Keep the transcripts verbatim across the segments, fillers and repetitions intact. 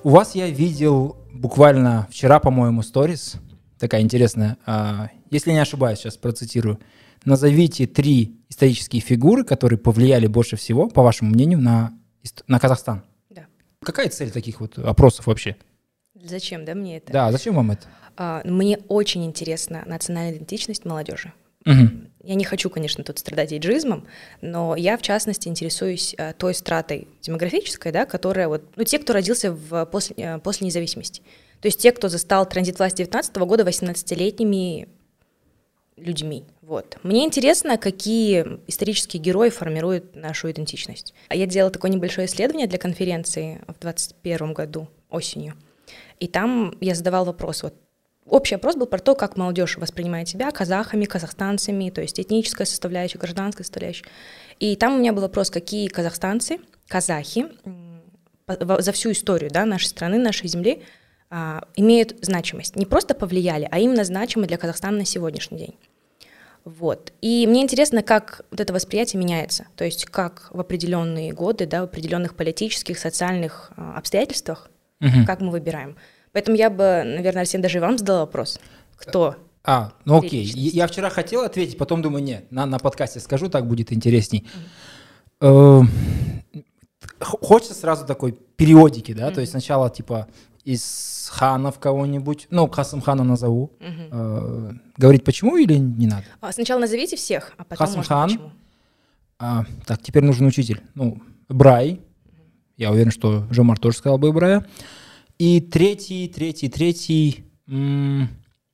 У вас я видел буквально вчера, по-моему, сторис, такая интересная, а, если не ошибаюсь, сейчас процитирую. Назовите три исторические фигуры, которые повлияли больше всего, по вашему мнению, на, на Казахстан. Да. Какая цель таких вот опросов вообще? Зачем, да, мне это? Да, зачем вам это? А, мне очень интересна национальная идентичность молодежи. Угу. Я не хочу, конечно, тут страдать эйджизмом, но я, в частности, интересуюсь а, той стратой демографической, да, которая вот, ну, те, кто родился в, после, после независимости. То есть те, кто застал транзит власти девятнадцатого года восемнадцатилетними людьми. Вот. Мне интересно, какие исторические герои формируют нашу идентичность. Я делала такое небольшое исследование для конференции в двадцать первом году, осенью. И там я задавала вопрос. Вот, общий опрос был про то, как молодежь воспринимает себя казахами, казахстанцами, то есть этническая составляющая, гражданская составляющая. И там у меня был вопрос, какие казахстанцы, казахи за всю историю, да, нашей страны, нашей земли а, имеют значимость. Не просто повлияли, а именно значимы для Казахстана на сегодняшний день. Вот. И мне интересно, как вот это восприятие меняется. То есть как в определенные годы, да, в определенных политических, социальных а, обстоятельствах, угу. как мы выбираем. Поэтому я бы, наверное, Арсен, даже вам задала вопрос. Кто? А, ну окей. Я вчера хотел ответить, потом думаю, нет, на, на подкасте скажу, так будет интересней. Угу. Хочется сразу такой периодики, да, mm-hmm. то есть сначала типа из ханов кого-нибудь, ну, Касым хана назову, mm-hmm. э, говорить почему или не надо? А, сначала назовите всех, а потом Касым можно хан, почему. А, так, теперь нужен учитель, ну, Брай, mm-hmm. я уверен, что Жомар тоже сказал бы Брая, и третий, третий, третий, м-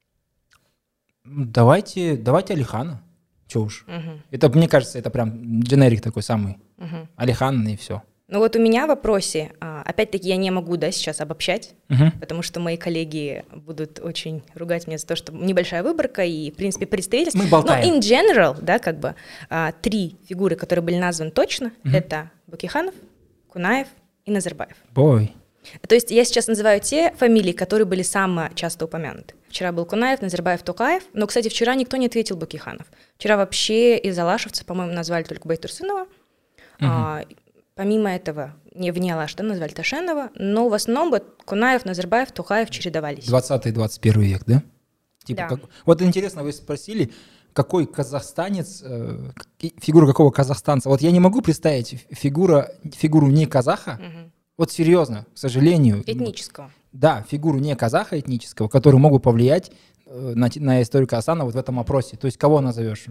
давайте, давайте Алихана, чё уж, mm-hmm. это, мне кажется, это прям дженерик такой самый, mm-hmm. Алихан и все. Ну вот у меня в вопросе, опять-таки я не могу, да, сейчас обобщать, uh-huh. потому что мои коллеги будут очень ругать меня за то, что небольшая выборка и, в принципе, представительство. Мы болтаем. Но in general, да, как бы, три фигуры, которые были названы точно, uh-huh. это Бөкейханов, Кунаев и Назарбаев. Бой. То есть я сейчас называю те фамилии, которые были самые часто упомянуты. Вчера был Кунаев, Назарбаев, Токаев, но, кстати, вчера никто не ответил Бөкейханов. Вчера вообще из алашевцев, по-моему, назвали только Байтурсынова. Uh-huh. Помимо этого, не вне Алаш, да, назвали Ташенова, но в основном вот Кунаев, Назарбаев, Токаев чередовались. двадцатый двадцать первый век, да? Типа да. Как... Вот интересно, вы спросили, какой казахстанец, э, фигура какого казахстанца. Вот я не могу представить фигура, фигуру не казаха, угу. вот серьезно, к сожалению. Этнического. Да, фигуру не казаха этнического, которые могут повлиять э, на, на историю Казахстана вот в этом опросе. То есть кого назовешь?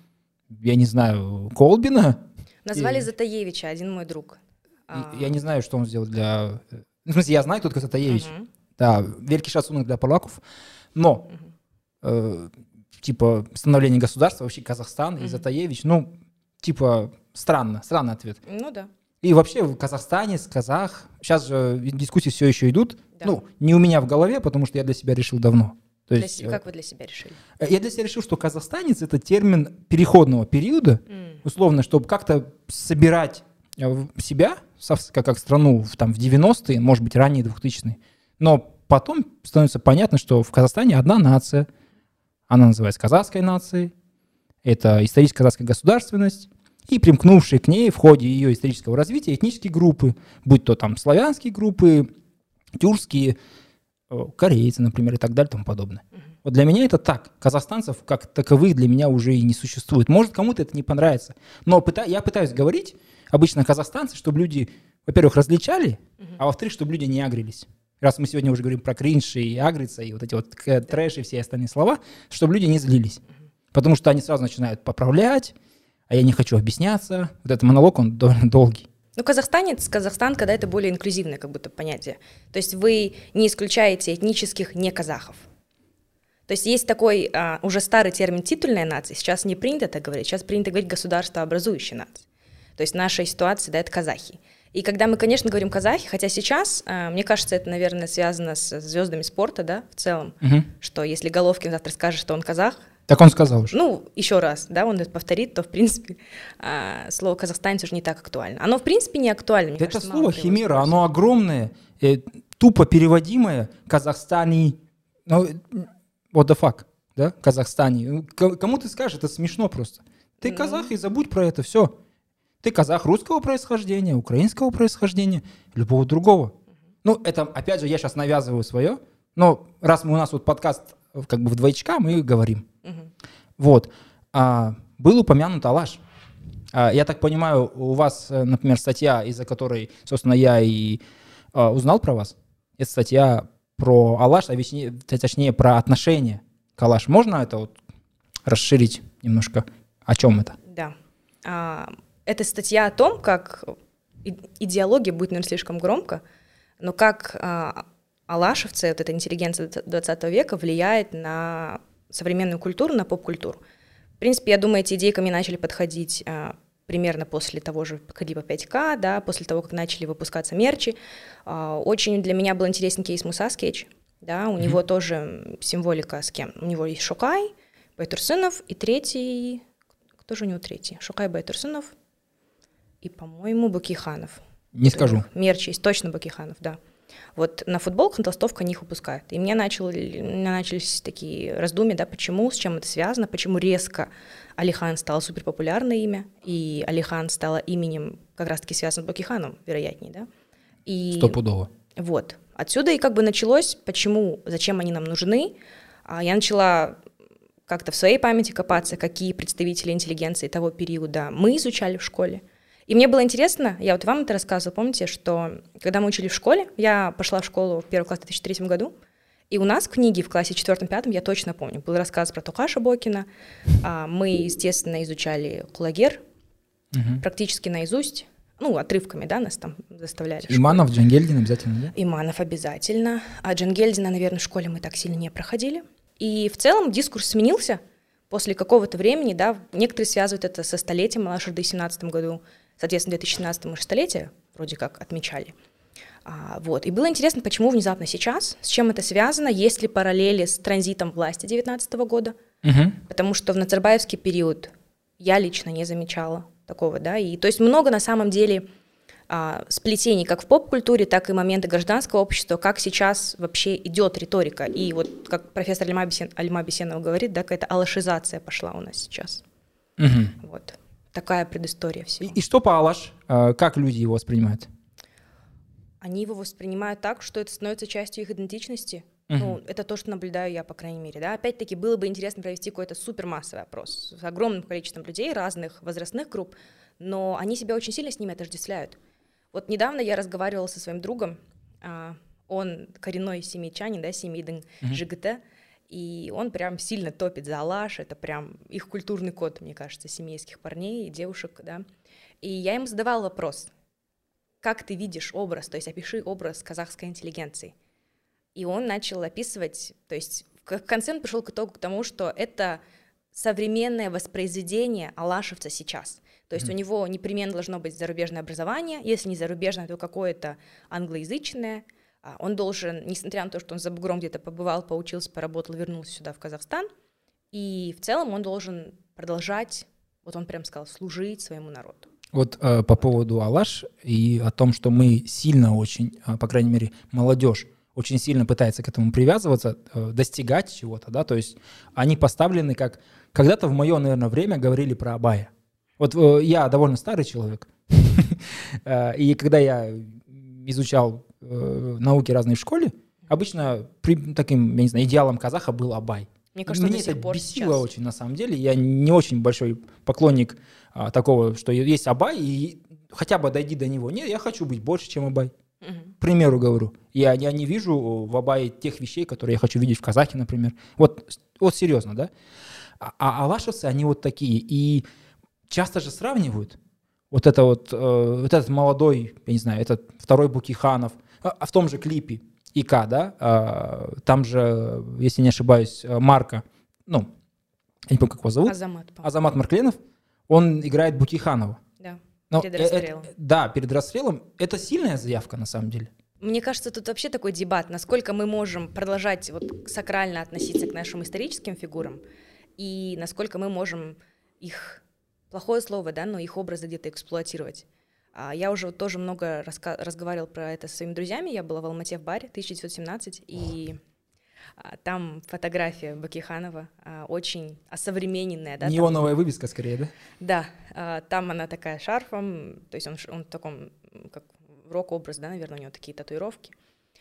Я не знаю, Колбина? Назвали и... Затаевича, один мой друг. И, я не знаю, что он сделал для... В смысле, я знаю, кто такой Затаевич. Uh-huh. Да, великий шансонник для поляков. Но, uh-huh. э, типа, становление государства, вообще Казахстан uh-huh. и Затаевич, ну, типа, странно, странный ответ. Ну да. И вообще в Казахстане, казах, сейчас же дискуссии все еще идут. Да. Ну, не у меня в голове, потому что я для себя решил давно. То для есть, себя, как вы для себя решили? Я для себя решил, что казахстанец — это термин переходного периода, mm. условно, чтобы как-то собирать себя, как, как страну в, там, в девяностые, может быть, ранние двухтысячные. Но потом становится понятно, что в Казахстане одна нация, она называется казахской нацией, это историческая казахская государственность, и примкнувшие к ней в ходе ее исторического развития этнические группы, будь то там славянские группы, тюркские, корейцы, например, и так далее и тому подобное. Uh-huh. Вот для меня это так. Казахстанцев как таковых для меня уже и не существует. Может, кому-то это не понравится. Но пыта- я пытаюсь говорить обычно казахстанцы, чтобы люди, во-первых, различали, uh-huh. а во-вторых, чтобы люди не агрились. Раз мы сегодня уже говорим про кринж и агриться, и вот эти вот трэш и все остальные слова, чтобы люди не злились. Uh-huh. Потому что они сразу начинают поправлять, а я не хочу объясняться. Вот этот монолог, он довольно долгий. Ну, казахстанец, казахстан, когда это более инклюзивное как будто понятие. То есть вы не исключаете этнических не-казахов. То есть есть такой а, уже старый термин «титульная нация». Сейчас не принято так говорить, сейчас принято говорить «государствообразующая нация». То есть наша ситуация, да, это казахи. И когда мы, конечно, говорим казахи, хотя сейчас, а, мне кажется, это, наверное, связано с звездами спорта, да, в целом, угу. что если Головкин завтра скажет, что он казах, так он сказал уже. Ну, еще раз, да, он это повторит, то, в принципе, слово «казахстанец» уже не так актуально. Оно, в принципе, не актуально. Мне это кажется, слово химера, оно огромное, э, тупо переводимое. Казахстани, ну, what the fuck, да, Казахстани. Кому ты скажешь, это смешно просто. Ты ну... казах и забудь про это, все. Ты казах русского происхождения, украинского происхождения, любого другого. Ну, это, опять же, я сейчас навязываю свое, но раз мы, у нас вот подкаст как бы в двоечка, мы говорим. Угу. Вот. А, был упомянут Алаш. А, я так понимаю, у вас, например, статья, из-за которой, собственно, я и а, узнал про вас, это статья про Алаш, а точнее, точнее про отношение к Алаш. Можно это вот расширить немножко? О чем это? Да. А, это статья о том, как идеология будет, наверное, слишком громко, но как а, алашевцы, вот эта интеллигенция двадцатого века влияет на современную культуру, на поп-культуру. В принципе, я думаю, эти идеи ко мне начали подходить а, примерно после того же клипа пять ка, да, после того, как начали выпускаться мерчи. А, очень для меня был интересен кейс Муса Скетч, да, у mm-hmm. него тоже символика с кем? У него есть Шокай, Байтурсынов и третий, кто же у него третий? Шокай, Байтурсынов и, по-моему, Бакиханов. Не скажу. Мерч есть, точно Бакиханов, да. Вот на футболках, на толстовках они их выпускают. И мне, начал, у меня начались такие раздумья, да, почему, с чем это связано, почему резко Алихан стало суперпопулярное имя, и Алихан стало именем как раз-таки связанным с Бакиханом, вероятнее, да. И стопудово. Вот. Отсюда и как бы началось, почему, зачем они нам нужны. Я начала как-то в своей памяти копаться, какие представители интеллигенции того периода мы изучали в школе. И мне было интересно, я вот вам это рассказывала, помните, что когда мы учили в школе, я пошла в школу в первый класс в две тысячи третьем году, и у нас в книге в классе четвертом-пятом, я точно помню, был рассказ про Токаша Бокина, мы, естественно, изучали Кулагер, угу. практически наизусть, ну, отрывками, да, нас там заставляли. Иманов, Джангельдин обязательно, да? Иманов обязательно, а Джангельдина, наверное, в школе мы так сильно не проходили. И в целом дискурс сменился после какого-то времени, да, некоторые связывают это со столетием Алашорды в семнадцатом году, соответственно, в две тысячи семнадцатом мы же столетие вроде как отмечали. А, вот. И было интересно, почему внезапно сейчас, с чем это связано, есть ли параллели с транзитом власти девятнадцатого года, угу. потому что в Назарбаевский период я лично не замечала такого, да, и то есть много на самом деле а, сплетений как в поп-культуре, так и моменты гражданского общества, как сейчас вообще идет риторика, и вот как профессор Альма, Бесен, Альма Бесенова говорит, да, какая-то алашизация пошла у нас сейчас. Угу. Вот. Такая предыстория всего. И, и что по Алаш? Как люди его воспринимают? Они его воспринимают так, что это становится частью их идентичности. Uh-huh. Ну, это то, что наблюдаю я, по крайней мере. Да? Опять-таки, было бы интересно провести какой-то супермассовый опрос с огромным количеством людей, разных возрастных групп, но они себя очень сильно с ними отождествляют. Вот недавно я разговаривала со своим другом, он коренной семейчанин, да, семейден uh-huh. ЖГТ, и он прям сильно топит за Алаш, это прям их культурный код, мне кажется, семейских парней и девушек, да. И я ему задавала вопрос, как ты видишь образ, то есть опиши образ казахской интеллигенции. И он начал описывать, то есть в конце он пришел к итогу к тому, что это современное воспроизведение алашевца сейчас. То есть mm-hmm. у него непременно должно быть зарубежное образование, если не зарубежное, то какое-то англоязычное. Он должен, несмотря на то, что он за бугром где-то побывал, поучился, поработал, вернулся сюда, в Казахстан, и в целом он должен продолжать, вот он прям сказал, служить своему народу. Вот э, по поводу Алаш и о том, что мы сильно очень, э, по крайней мере, молодежь очень сильно пытается к этому привязываться, э, достигать чего-то, да, то есть они поставлены как... Когда-то в мое, наверное, время говорили про Абая. Вот э, я довольно старый человек, и когда я изучал науки разные в школе, обычно при, таким, я не знаю, идеалом казаха был Абай. Мне кажется, Мне до сих это пор бесило сейчас. очень, на самом деле. Я не очень большой поклонник а, такого, что есть Абай, и хотя бы дойди до него. Нет, я хочу быть больше, чем Абай. Угу. К примеру говорю. Я, я не вижу в Абае тех вещей, которые я хочу видеть в казахе, например. Вот, вот серьезно, да? А, а алашевцы, они вот такие. И часто же сравнивают. Вот это вот, э, вот этот молодой, я не знаю, этот второй Букиханов, а в том же клипе ИК, да, а, там же, если не ошибаюсь, Марка, ну, я не помню, как его зовут. Азамат. Азамат Маркленов, он играет Букиханова. Да, Но перед расстрелом. Это, да, перед расстрелом. Это сильная заявка, на самом деле. Мне кажется, тут вообще такой дебат, насколько мы можем продолжать вот сакрально относиться к нашим историческим фигурам, и насколько мы можем их, плохое слово, да, но их образы где-то эксплуатировать. Я уже вот тоже много раска- разговаривала про это со своими друзьями. Я была в Алмате в баре тысяча девятьсот семнадцать, и а, там фотография Бакиханова а, очень осовремененная. Да, неоновая там, вывеска скорее, да? Да, а, там она такая шарфом, то есть он, он в таком, как рок-образ, да, наверное, у него такие татуировки.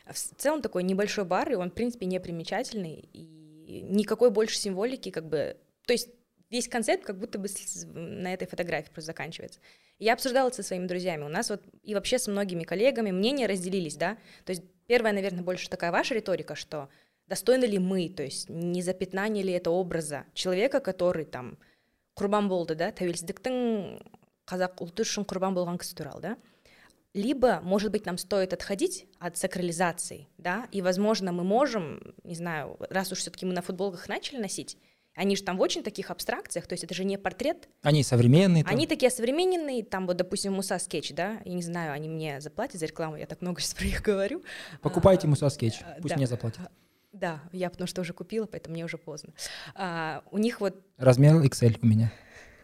В целом такой небольшой бар, и он, в принципе, не примечательный, и никакой больше символики, как бы, то есть весь концепт как будто бы на этой фотографии просто заканчивается. Я обсуждала это со своими друзьями, у нас вот и вообще с многими коллегами мнения разделились, да, то есть первая, наверное, больше такая ваша риторика, что достойны ли мы, то есть не запятнание ли это образа человека, который там құрбан болды, да, тәуелсіздіктің қазақ ұлты үшін құрбан болған кісі туралы, да, либо, может быть, нам стоит отходить от сакрализации, да, и, возможно, мы можем, не знаю, раз уж все-таки мы на футболках начали носить, они же там в очень таких абстракциях, то есть это же не портрет. Они современные. Там. Они такие современные, там вот, допустим, Муса Скетч, да, я не знаю, они мне заплатят за рекламу, я так много сейчас про них говорю. Покупайте Муса Скетч, пусть да. мне заплатят. Да, я потому что уже купила, поэтому мне уже поздно. А, у них вот... Размер икс эль у меня.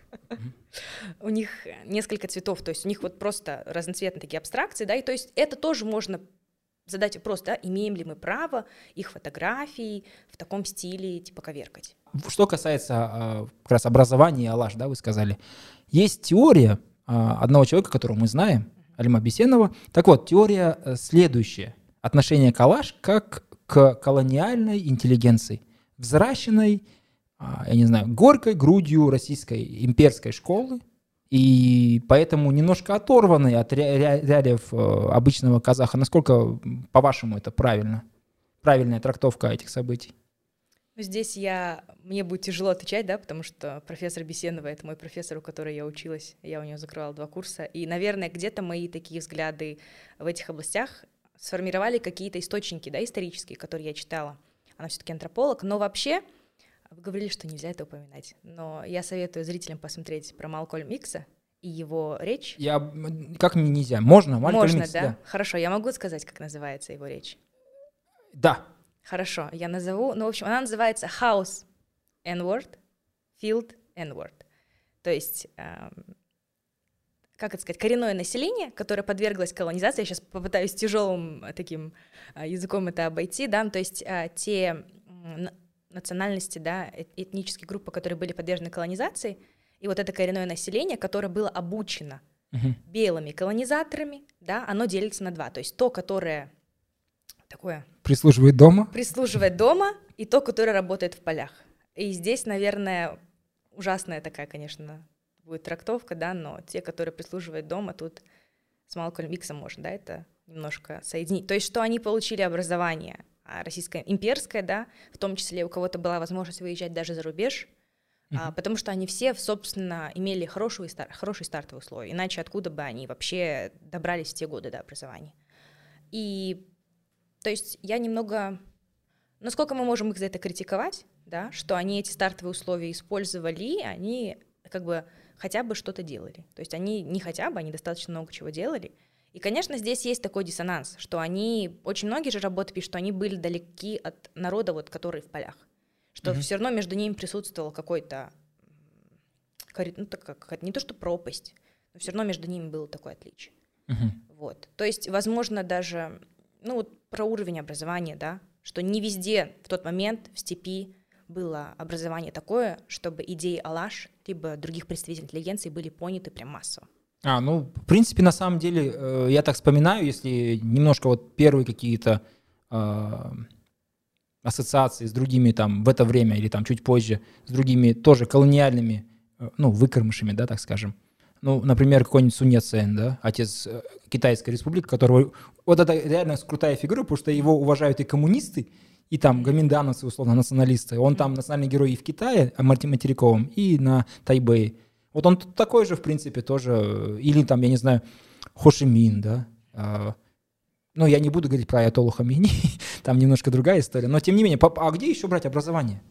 У них несколько цветов, то есть у них вот просто разноцветные такие абстракции, да, и то есть это тоже можно задать вопрос, да, имеем ли мы право их фотографии в таком стиле, типа, коверкать. Что касается как раз образования и Алаш, да, вы сказали, есть теория одного человека, которого мы знаем, Алима Бесенова. Так вот, теория следующая. Отношение к Алаш как к колониальной интеллигенции, взращенной, я не знаю, горькой грудью российской имперской школы, и поэтому немножко оторванной от реалиев обычного казаха. Насколько, по-вашему, это правильно? Правильная трактовка этих событий? Здесь я, мне будет тяжело отвечать, да, потому что профессор Бесенова — это мой профессор, у которой я училась, я у нее закрывала два курса, и, наверное, где-то мои такие взгляды в этих областях сформировали какие-то источники, да, исторические, которые я читала. Она все-таки антрополог, но вообще, вы говорили, что нельзя это упоминать, но я советую зрителям посмотреть про Малкольм Икса и его речь. Я, как мне нельзя? Можно? Малкольм Можно, Икс, да? да? Хорошо, я могу сказать, как называется его речь? Да. Хорошо, я назову, ну, в общем, она называется House N-word, Field N-word. То есть, эм, как это сказать, коренное население, которое подверглось колонизации, я сейчас попытаюсь тяжелым таким э, языком это обойти, да, то есть э, те э, национальности, да, этнические группы, которые были подвержены колонизации, и вот это коренное население, которое было обучено uh-huh. белыми колонизаторами, да, оно делится на два, то есть то, которое такое... Прислуживает дома? Прислуживает дома, и то, которое работает в полях. И здесь, наверное, ужасная такая, конечно, будет трактовка, да, но те, которые прислуживают дома, тут с Малкольм Иксом можно, да, это немножко соединить. То есть, что они получили образование российское, имперское, да, в том числе у кого-то была возможность выезжать даже за рубеж, uh-huh. а, потому что они все, собственно, имели хорошие, стар, хорошие стартовые условия, иначе откуда бы они вообще добрались в те годы до образования. И то есть я немного... Насколько мы можем их за это критиковать, да, что они эти стартовые условия использовали, они как бы хотя бы что-то делали. То есть они не хотя бы, они достаточно много чего делали. И, конечно, здесь есть такой диссонанс, что они... Очень многие же работы пишут, что они были далеки от народа, вот, который в полях. Что mm-hmm. все равно между ними присутствовал какой-то... Ну, так как, не то что пропасть, но все равно между ними было такое отличие. Mm-hmm. Вот. То есть, возможно, даже... Ну, вот про уровень образования, да, что не везде в тот момент в степи было образование такое, чтобы идеи Алаш либо других представителей интеллигенции были поняты прям массово. А, ну, в принципе, на самом деле, э, я так вспоминаю, если немножко вот первые какие-то э, ассоциации с другими там в это время или там чуть позже, с другими тоже колониальными, э, ну, выкормышами, да, так скажем. Ну, например, какой-нибудь Сунь Яцен, да, отец Китайской республики, которого... Вот это реально крутая фигура, потому что его уважают и коммунисты, и там гоминдановцы, условно, националисты. Он там национальный герой и в Китае, материковом, и на Тайбэе. Вот он такой же, в принципе, тоже... Или там, я не знаю, Хо Ши Мин, да. А, ну, я не буду говорить про Аятоллу Хамейни, там немножко другая история. Но, тем не менее, а где еще брать образование?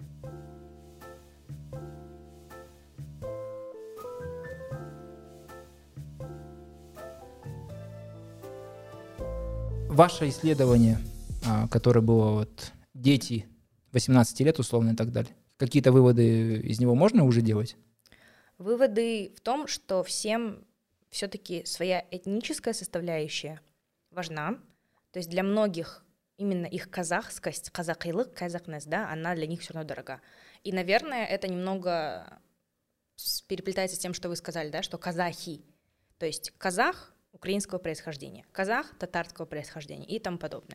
Ваше исследование, которое было вот дети восемнадцати лет, условно, и так далее, какие-то выводы из него можно уже делать? Выводы в том, что всем все-таки своя этническая составляющая важна. То есть для многих именно их казахскость, казахилык, казахнес, да, она для них все равно дорога. И, наверное, это немного переплетается с тем, что вы сказали, да, что казахи, то есть казах украинского происхождения, казах татарского происхождения и тому подобное.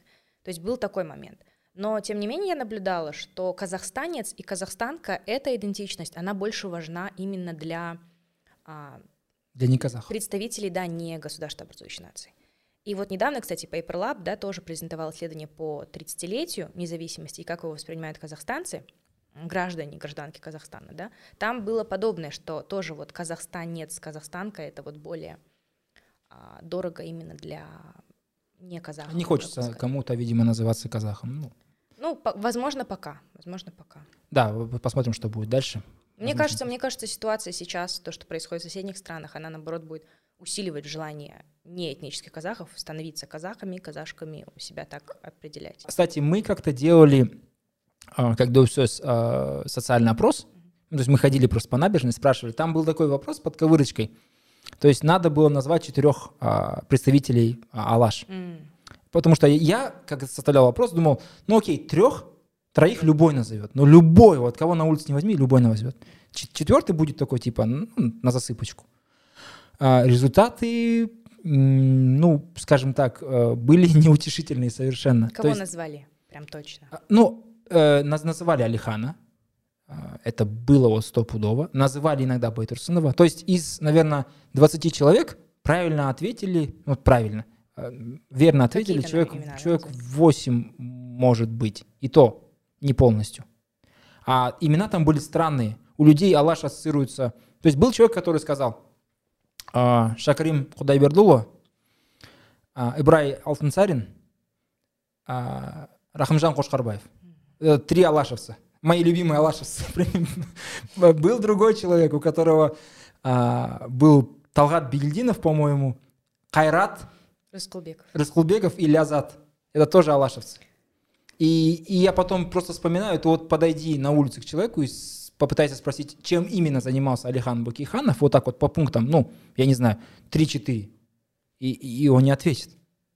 То есть был такой момент. Но, тем не менее, я наблюдала, что казахстанец и казахстанка — эта идентичность, она больше важна именно для, а, для не казахов. представителей, да, не государствообразующей нации. И вот недавно, кстати, Paper Lab, да, тоже презентовал исследование по тридцатилетию независимости и как его воспринимают казахстанцы, граждане, гражданки Казахстана, да. Там было подобное, что тоже вот казахстанец, казахстанка — это вот более а, дорого именно для не казахов. Не хочется кому-то, видимо, называться казахом. Ну, ну по- возможно, пока. Возможно, пока. Да, посмотрим, что будет дальше. Мне возможно, кажется, мне кажется, ситуация сейчас, то, что происходит в соседних странах, она, наоборот, будет усиливать желание неэтнических казахов становиться казахами, казашками, себя так определять. Кстати, мы как-то делали, когда все социальный опрос, то есть мы ходили просто по набережной, спрашивали, там был такой вопрос под ковырочкой, то есть надо было назвать четырех представителей Алаш. Mm. Потому что я, как составлял вопрос, думал, ну окей, трех, троих любой назовет. Ну любой, вот кого на улице не возьми, любой назовет. Четвертый будет такой, типа, ну, на засыпочку. А результаты, ну, скажем так, были неутешительные совершенно. Кого есть, назвали? Прям точно. Ну, э, называли Алихана. Это было вот стопудово. Называли иногда Байтурсынова. То есть из, наверное, двадцати человек правильно ответили, вот правильно, верно ответили человек, человек восемь, может быть. И то не полностью. А имена там были странные. У людей Алаш ассоциируется. То есть был человек, который сказал Шакарим Худайбердулова, Ибрай Алтынсарин, Рахымжан Кошкарбаев. Три алашевца. Мои любимые алашевцы. Был другой человек, у которого а, был Талгат Бигельдинов, по-моему, Кайрат Рыскулбеков. Рыскулбеков и Лязат. Это тоже алашевцы. И, и я потом просто вспоминаю, то вот подойди на улице к человеку и попытайся спросить, чем именно занимался Алихан Бакиханов, вот так вот по пунктам, ну, я не знаю, три-четыре. И, и он не ответит.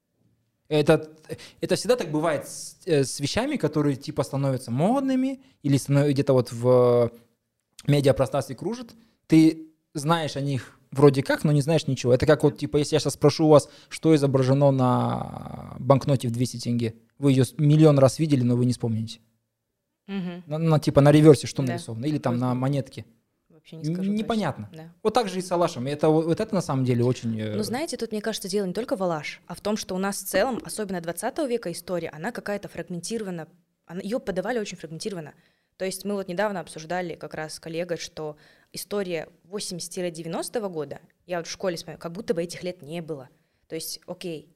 Это, это всегда так бывает с, с вещами, которые типа становятся модными или становятся где-то вот в медиапространстве кружат. Ты знаешь о них вроде как, но не знаешь ничего. Это как вот типа, если я сейчас спрошу у вас, что изображено на банкноте в двести тенге. Вы ее миллион раз видели, но вы не вспомните. Угу. На, на, типа на реверсе что да. нарисовано. Или там на монетке. Вообще не скажу Непонятно. Да. Вот так же и с Алашем. Это, вот это на самом деле очень... Ну, знаете, тут, мне кажется, дело не только в Алаш, а в том, что у нас в целом, особенно двадцатого века история, она какая-то фрагментирована, она, ее подавали очень фрагментированно. То есть мы вот недавно обсуждали как раз с коллегой, что история восьмидесятого-девяностого года, я вот в школе смотрю, как будто бы этих лет не было. То есть, окей,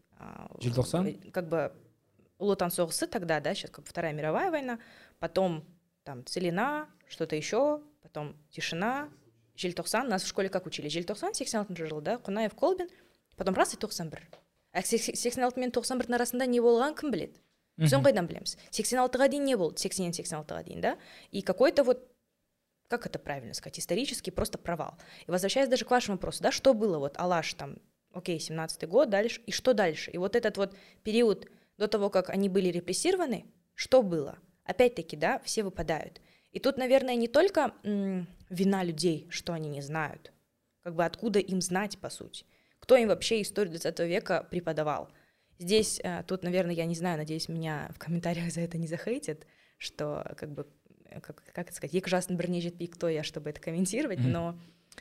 как бы Улутан соғысы тогда, да, сейчас как бы Вторая мировая война, потом там Целина, что-то еще, потом тишина, желтоқсан, нас в школе как учили, желтоқсан сексен алтыншы жыл, да, Қонаев, Колбин, потом раз и тоқсан бір. А сексен алты мен тоқсан бірдің арасында не болған кім біледі? Біз оны қайдан білеміз? сексен алтыға дейін не болды? сексеннен сексен алтыға дейін, да? И какой-то вот, как это правильно сказать, исторический просто провал. И возвращаясь даже к вашему вопросу, да, что было вот Алаш там, окей, семнадцатый год, дальше, и что дальше? И вот этот вот период до того, как они были репрессированы, что было? Опять-таки, да, все выпадают. И тут, наверное, не только м, вина людей, что они не знают, как бы откуда им знать, по сути, кто им вообще историю двадцатого века преподавал. Здесь, э, тут, наверное, я не знаю, надеюсь, меня в комментариях за это не захейтят, что, как бы, как, как это сказать, екжасын біріне жетпей, кто я, чтобы это комментировать, mm-hmm. но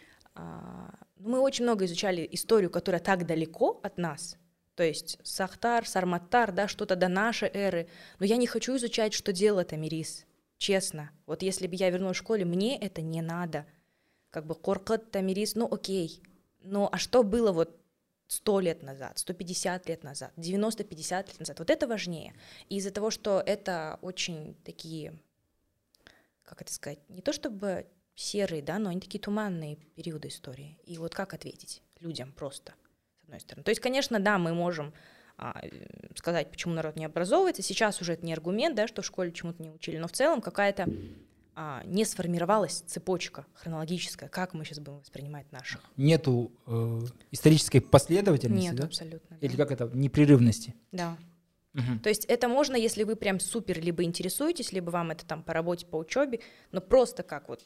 а, мы очень много изучали историю, которая так далеко от нас, то есть Сахтар, Сарматтар, да, что-то до нашей эры, но я не хочу изучать, что делал Томирис. Честно, вот если бы я вернулась в школе, мне это не надо. Как бы Коркыт, Томирис, ну окей. Ну а что было вот сто лет назад, сто пятьдесят лет назад, девяносто-пятьдесят лет назад? Вот это важнее. И из-за того, что это очень такие, как это сказать, не то чтобы серые, да, но они такие туманные периоды истории. И вот как ответить людям просто, с одной стороны. То есть, конечно, да, мы можем сказать, почему народ не образовывается. Сейчас уже это не аргумент, да, что в школе чему-то не учили, но в целом какая-то а, не сформировалась цепочка хронологическая, как мы сейчас будем воспринимать наших. Нету э, исторической последовательности, Нет, да? абсолютно. Или да. как это, непрерывности. Да. Угу. То есть это можно, если вы прям супер либо интересуетесь, либо вам это там по работе, по учебе, но просто как вот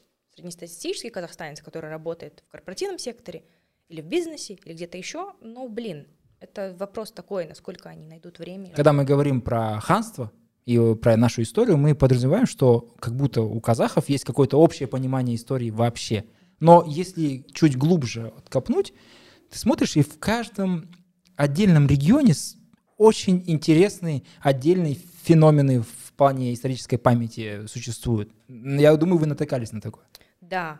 среднестатистический казахстанец, который работает в корпоративном секторе или в бизнесе, или где-то еще, ну, блин, Это вопрос такой, насколько они найдут время. Когда мы говорим про ханство и про нашу историю, мы подразумеваем, что как будто у казахов есть какое-то общее понимание истории вообще. Но если чуть глубже копнуть, ты смотришь, и в каждом отдельном регионе очень интересные отдельные феномены в плане исторической памяти существуют. Я думаю, вы натыкались на такое. Да.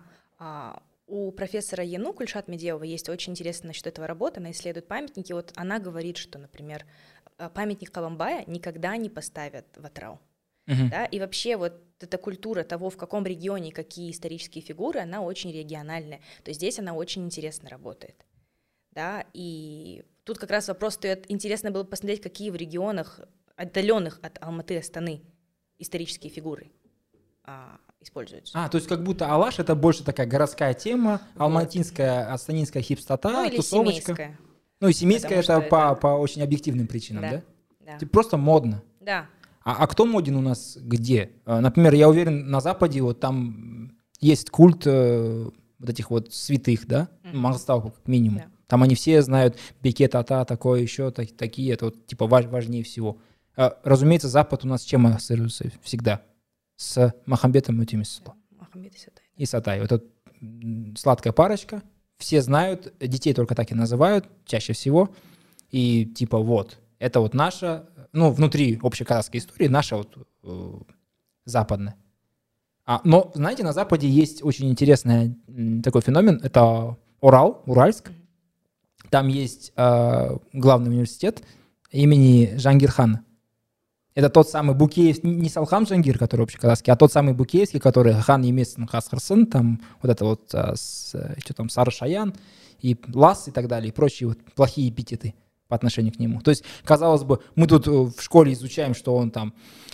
У профессора Яну Кульшат Медеева есть очень интересная насчет этого работа, она исследует памятники. Вот она говорит, что, например, памятник Кабанбая никогда не поставят в Атырау. Uh-huh. Да? И вообще вот эта культура того, в каком регионе какие исторические фигуры, она очень региональная. То есть здесь она очень интересно работает. Да? И тут как раз вопрос стоит, интересно было посмотреть, какие в регионах, отдаленных от Алматы, Астаны, исторические фигуры а, используются. А, то есть как будто Алаш — это больше такая городская тема, вот. Алматинская, астанинская хипстота, ну, или тусовочка. Семейская. Ну и семейская — это, это по, по очень объективным причинам, да? Да. да. Это просто модно. Да. А, а кто моден у нас где? Например, я уверен, на Западе вот там есть культ э, вот этих вот святых, да? Mm-hmm. Мангостау, как минимум. Yeah. Там они все знают Бекет, Ата, такое еще, так, такие, это вот типа важ, важнее всего. А, разумеется, Запад у нас чем ассоциируется всегда? С Махамбетом Мутимисом. Махамбет и Сатай. И Сатай. Вот эта сладкая парочка. Все знают, детей только так и называют, чаще всего. И типа вот, это вот наша, ну, внутри общеказахской истории, наша вот э, западная. А, но, знаете, на Западе есть очень интересный м, такой феномен. Это Урал, Уральск. Mm-hmm. Там есть э, главный университет имени Джангирхана. Это тот самый Букеевский, не Салхам Джангир, который общеказахский, а тот самый Букеевский, который хан Емесин Хасхарсын, там вот это вот, с, что там, Сары Шаян, и Лас и так далее, и прочие вот плохие эпитеты по отношению к нему. То есть, казалось бы, мы тут в школе изучаем, что он там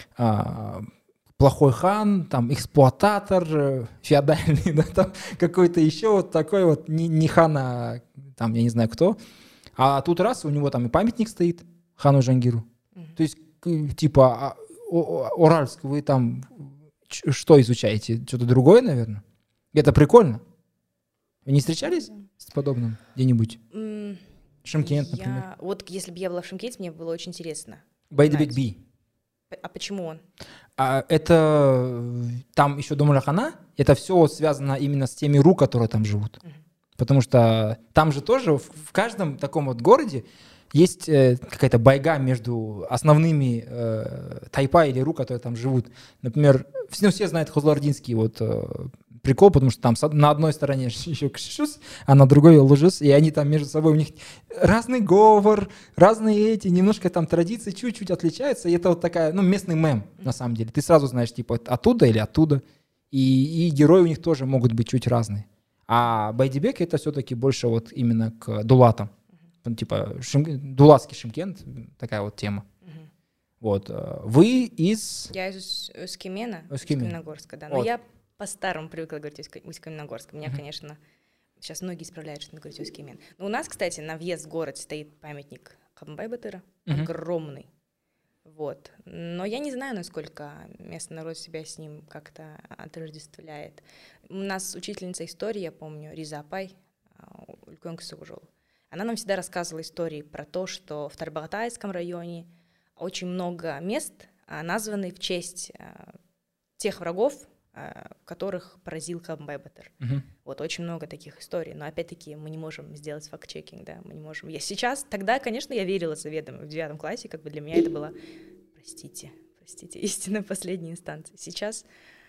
а, плохой хан, там эксплуататор, феодальный, да, там какой-то еще вот такой вот, не, не хан, а там, я не знаю кто. А тут раз, у него там и памятник стоит хану Джангиру. Mm-hmm. То есть, типа, Уральск, вы там что изучаете? Что-то другое, наверное? Это прикольно. Вы не встречались mm-hmm. с подобным где-нибудь? Mm-hmm. Шымкент, я... например. Вот если бы я была в Шымкенте, мне было очень интересно. Байдыбек Би. А почему он? А, это там еще Думуляхана, это все связано именно с теми ру, которые там живут. Mm-hmm. Потому что там же тоже в, в каждом таком вот городе есть э, какая-то байга между основными э, тайпа или ру, которые там живут. Например, все, ну, все знают хузлардинский вот, э, прикол, потому что там на одной стороне еще кшишус, а на другой лужус, и они там между собой, у них разный говор, разные эти, немножко там традиции чуть-чуть отличаются, и это вот такая, ну, местный мем, на самом деле. Ты сразу знаешь, типа, оттуда или оттуда, и, и герои у них тоже могут быть чуть разные. А Байдибек — это все-таки больше вот именно к дулатам. Типа Шим... Дулатский Шымкент, такая вот тема. Uh-huh. Вот. Вы из... Я из Усть-Камена, Усть-Каменогорска, да. Но вот. Я по-старому привыкла говорить Усть-Каменогорск. Меня, uh-huh. конечно, сейчас многие исправляют, что говорить Усть-Камен. Но у нас, кстати, на въезд в город стоит памятник Кабанбай-Батыра, uh-huh. огромный. Вот. Но я не знаю, насколько местный народ себя с ним как-то отождествляет. У нас учительница истории, я помню, Риза Апай, Улькон Кысугужол. Она нам всегда рассказывала истории про то, что в Тарбагатайском районе очень много мест названы в честь тех врагов, которых поразил Кабанбай-Батыр. Uh-huh. Вот очень много таких историй, но опять-таки мы не можем сделать факт-чекинг, да, мы не можем. Я сейчас, тогда, конечно, я верила заведомо в девятом классе, как бы для меня это было, простите, простите, истина последней инстанции. Сейчас,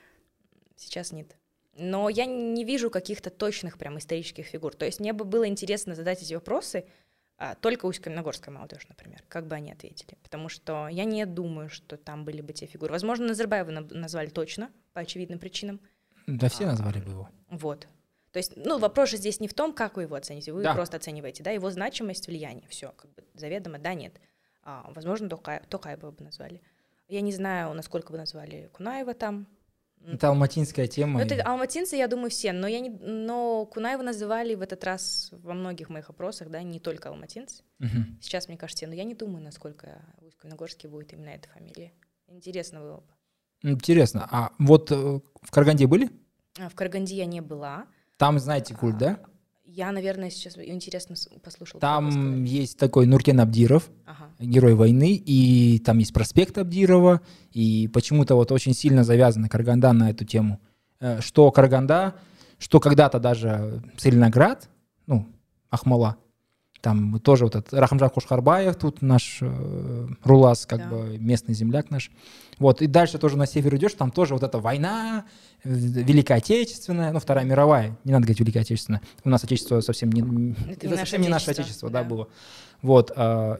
сейчас нет. Но я не вижу каких-то точных прям исторических фигур. То есть мне бы было интересно задать эти вопросы а, только Усть-Каменогорской молодежи, например, как бы они ответили. Потому что я не думаю, что там были бы те фигуры. Возможно, Назарбаева назвали точно, по очевидным причинам. Да, все назвали бы его. Вот. То есть, ну, вопрос же здесь не в том, как вы его оцените. Вы да. просто оцениваете, да, его значимость, влияние. Все, как бы заведомо, да, нет. А, возможно, Токаева бы назвали. Я не знаю, насколько бы назвали Кунаева там. Это алматинская тема. Ну, это алматинцы, я думаю, все. Но, я не, но Кунаева называли в этот раз во многих моих опросах, да, не только алматинцы. Uh-huh. Сейчас, мне кажется, но я не думаю, насколько в Усть-Каменогорске будет именно эта фамилия. Интересно было бы. Интересно. А вот в Караганде были? В Караганде я не была. Там, знаете, культ, да? Я, наверное, сейчас интересно послушала. Там есть такой Нуркен Абдиров, ага. герой войны, и там есть проспект Абдирова, и почему-то вот очень сильно завязана Караганда на эту тему. Что Караганда, что когда-то даже Целиноград, ну, Ахмала, там тоже вот этот Рахамжан Кошкарбаев, тут наш э, Рулас, как да. бы местный земляк наш. Вот, и дальше тоже на север идешь, там тоже вот эта война, Великая Отечественная, ну, Вторая мировая, не надо говорить Великая Отечественная, у нас Отечество совсем не, это это совсем не наше Отечество, да, да было. Вот, э,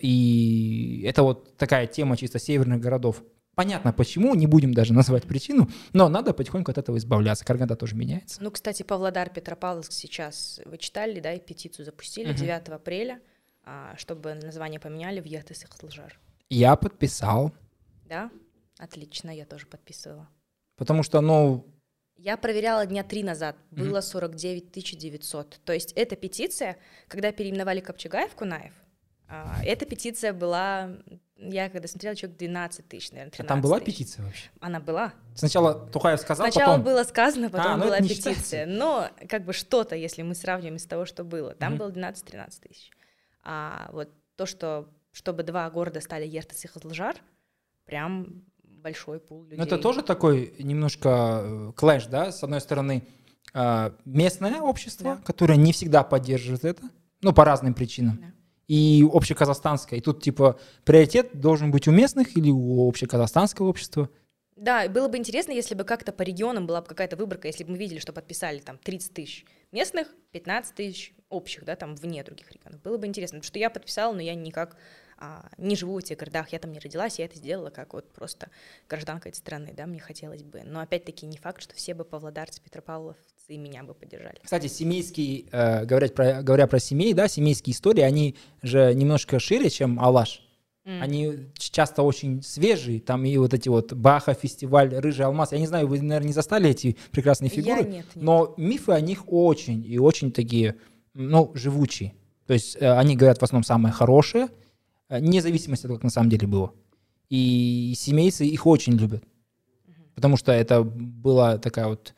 и это вот такая тема чисто северных городов. Понятно, почему, не будем даже называть причину, но надо потихоньку от этого избавляться. Караганда тоже меняется. Ну, кстати, Павлодар, Петропавловск сейчас, вы читали, да, и петицию запустили uh-huh. девятого апреля, чтобы название поменяли в Ертыс-Ихтылжар. Я подписал. Да? Отлично, я тоже подписывала. Потому что, ну... Я проверяла дня три назад, было uh-huh. сорок девять тысяч девятьсот. То есть эта петиция, когда переименовали Копчегаев в Кунаев, эта петиция была, я когда смотрела, человек двенадцать тысяч, наверное, тринадцать. А там была тысяч. Петиция вообще? Она была. Сначала Тухаев сказал, Сначала потом... было сказано, потом а, была петиция. Но как бы что-то, если мы сравним из того, что было. Там mm-hmm. было двенадцать-тринадцать тысяч. А вот то, что чтобы два города стали Ертыс и Ихтылжар, прям большой пул людей. Но это тоже такой немножко клэш, да? С одной стороны, местное общество, да. которое не всегда поддерживает это, ну, по разным причинам. Да. И общеказахстанское. И тут, типа, приоритет должен быть у местных или у общеказахстанского общества? Да, было бы интересно, если бы как-то по регионам была бы какая-то выборка, если бы мы видели, что подписали там тридцать тысяч местных, пятнадцать тысяч общих, да, там вне других регионов. Было бы интересно, потому что я подписала, но я никак а, не живу в этих городах, я там не родилась, я это сделала как вот просто гражданка этой страны, да, мне хотелось бы. Но опять-таки не факт, что все бы павлодарцы, петропавловцы и меня бы поддержали. Кстати, семейские, э, говоря, про, говоря про семей, да, семейские истории, они же немножко шире, чем Алаш. Mm. Они часто очень свежие, там и вот эти вот Баха, фестиваль, Рыжий алмаз. Я не знаю, вы, наверное, не застали эти прекрасные фигуры, Я нет, нет. но мифы о них очень и очень такие, ну, живучие. То есть э, они говорят в основном самое хорошее, э, вне зависимости от того, как на самом деле было. И семейцы их очень любят, mm-hmm. потому что это была такая вот,